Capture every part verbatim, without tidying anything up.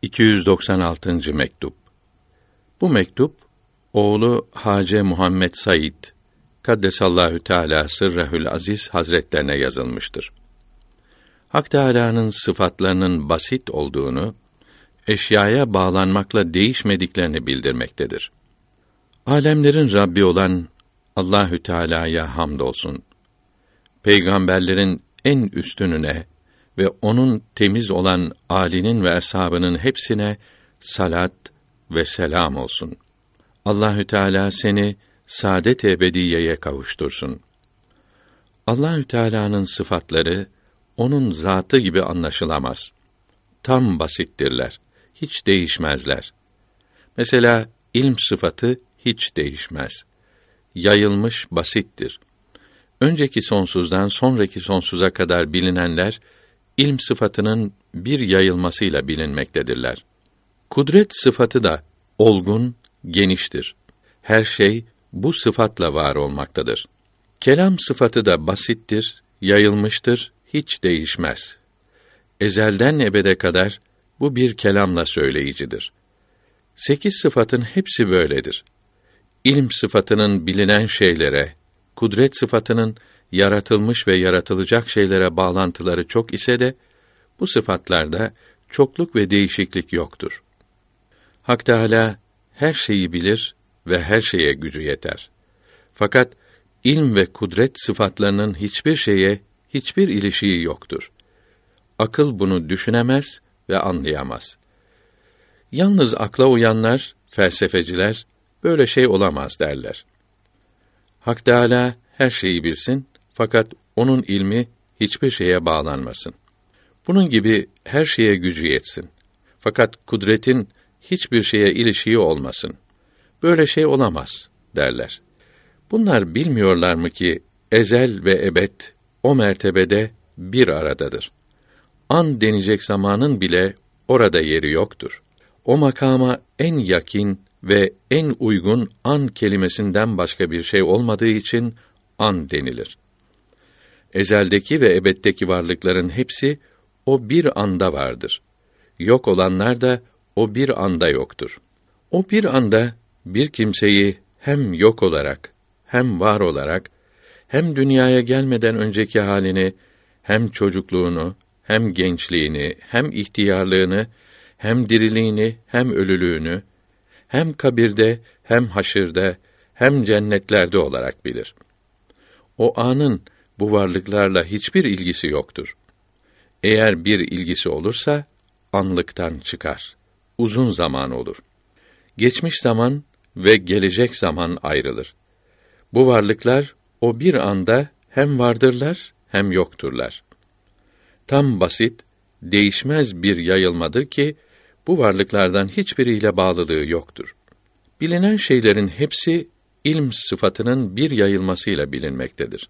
iki yüz doksan altıncı mektup. Bu mektup oğlu Hace Muhammed Said Kaddesallahu Teala sırrehül aziz hazretlerine yazılmıştır. Hak Teâlâ'nın sıfatlarının basit olduğunu, eşyaya bağlanmakla değişmediklerini bildirmektedir. Âlemlerin Rabbi olan Allahü Teâlâ'ya hamdolsun. Peygamberlerin en üstününe ve onun temiz olan âlinin ve eshabının hepsine salat ve selam olsun. Allahü Teâlâ seni saadet ebediyeye kavuştursun. Allahü Teâlâ'nın sıfatları onun zatı gibi anlaşılamaz. Tam basittirler. Hiç değişmezler. Mesela ilm sıfatı hiç değişmez. Yayılmış basittir. Önceki sonsuzdan sonraki sonsuza kadar bilinenler ilm sıfatının bir yayılmasıyla bilinmektedirler. Kudret sıfatı da olgun, geniştir. Her şey bu sıfatla var olmaktadır. Kelam sıfatı da basittir, yayılmıştır, hiç değişmez. Ezelden ebede kadar bu bir kelamla söyleyicidir. Sekiz sıfatın hepsi böyledir. İlm sıfatının bilinen şeylere, kudret sıfatının yaratılmış ve yaratılacak şeylere bağlantıları çok ise de, bu sıfatlarda çokluk ve değişiklik yoktur. Hak Teâlâ her şeyi bilir ve her şeye gücü yeter. Fakat ilm ve kudret sıfatlarının hiçbir şeye, hiçbir ilişiği yoktur. Akıl bunu düşünemez ve anlayamaz. Yalnız akla uyanlar, felsefeciler, böyle şey olamaz derler. Hak Teâlâ her şeyi bilsin, fakat onun ilmi hiçbir şeye bağlanmasın. Bunun gibi her şeye gücü yetsin. Fakat kudretin hiçbir şeye ilişiği olmasın. Böyle şey olamaz derler. Bunlar bilmiyorlar mı ki ezel ve ebed o mertebede bir aradadır. An denecek zamanın bile orada yeri yoktur. O makama en yakin ve en uygun an kelimesinden başka bir şey olmadığı için an denilir. Ezeldeki ve ebeddeki varlıkların hepsi o bir anda vardır. Yok olanlar da o bir anda yoktur. O bir anda bir kimseyi hem yok olarak, hem var olarak, hem dünyaya gelmeden önceki halini, hem çocukluğunu, hem gençliğini, hem ihtiyarlığını, hem diriliğini, hem ölülüğünü, hem kabirde, hem haşırda, hem cennetlerde olarak bilir. O anın bu varlıklarla hiçbir ilgisi yoktur. Eğer bir ilgisi olursa, anlıktan çıkar. Uzun zaman olur. Geçmiş zaman ve gelecek zaman ayrılır. Bu varlıklar o bir anda hem vardırlar hem yokturlar. Tam basit, değişmez bir yayılmadır ki bu varlıklardan hiçbiriyle bağlılığı yoktur. Bilinen şeylerin hepsi ilm sıfatının bir yayılmasıyla bilinmektedir.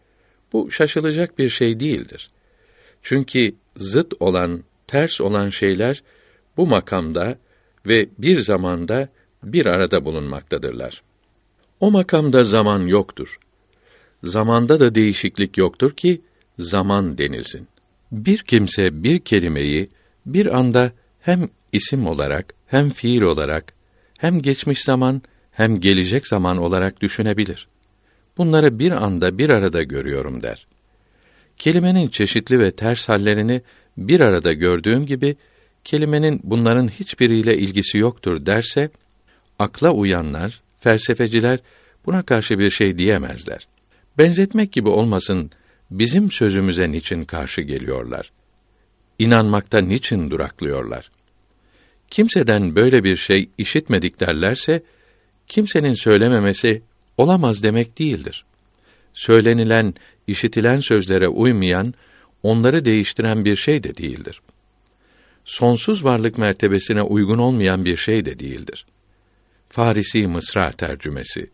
Bu şaşılacak bir şey değildir. Çünkü zıt olan, ters olan şeyler bu makamda ve bir zamanda bir arada bulunmaktadırlar. O makamda zaman yoktur. Zamanda da değişiklik yoktur ki zaman denilsin. Bir kimse bir kelimeyi bir anda hem isim olarak, hem fiil olarak, hem geçmiş zaman, hem gelecek zaman olarak düşünebilir. Bunları bir anda bir arada görüyorum der. Kelimenin çeşitli ve ters hallerini bir arada gördüğüm gibi, kelimenin bunların hiçbiriyle ilgisi yoktur derse, akla uyanlar, felsefeciler buna karşı bir şey diyemezler. Benzetmek gibi olmasın, bizim sözümüze niçin karşı geliyorlar? İnanmakta niçin duraklıyorlar? Kimseden böyle bir şey işitmedik derlerse, kimsenin söylememesi olamaz demek değildir. Söylenilen, işitilen sözlere uymayan, onları değiştiren bir şey de değildir. Sonsuz varlık mertebesine uygun olmayan bir şey de değildir. Farisi Mısra tercümesi.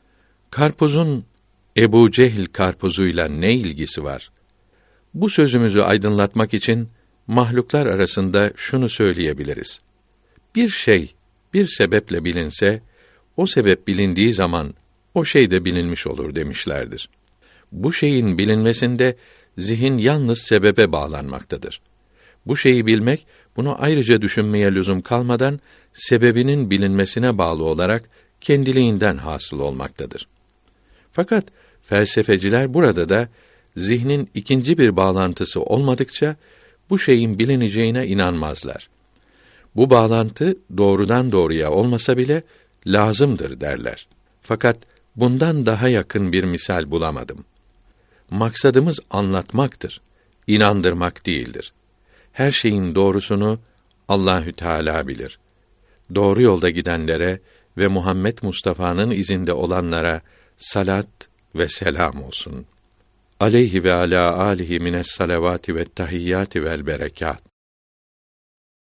Karpuzun Ebu Cehil karpuzuyla ne ilgisi var? Bu sözümüzü aydınlatmak için mahluklar arasında şunu söyleyebiliriz. Bir şey bir sebeple bilinse, o sebep bilindiği zaman o şey de bilinmiş olur demişlerdir. Bu şeyin bilinmesinde zihin yalnız sebebe bağlanmaktadır. Bu şeyi bilmek Bunu ayrıca düşünmeye lüzum kalmadan sebebinin bilinmesine bağlı olarak kendiliğinden hasıl olmaktadır. Fakat felsefeciler burada da zihnin ikinci bir bağlantısı olmadıkça bu şeyin bilineceğine inanmazlar. Bu bağlantı doğrudan doğruya olmasa bile lazımdır derler. Fakat bundan daha yakın bir misal bulamadım. Maksadımız anlatmaktır, inandırmak değildir. Her şeyin doğrusunu Allahü Teala bilir. Doğru yolda gidenlere ve Muhammed Mustafa'nın izinde olanlara salat ve selam olsun. Aleyhi ve ala alihi mines salavati ve tahiyyati vel berekat.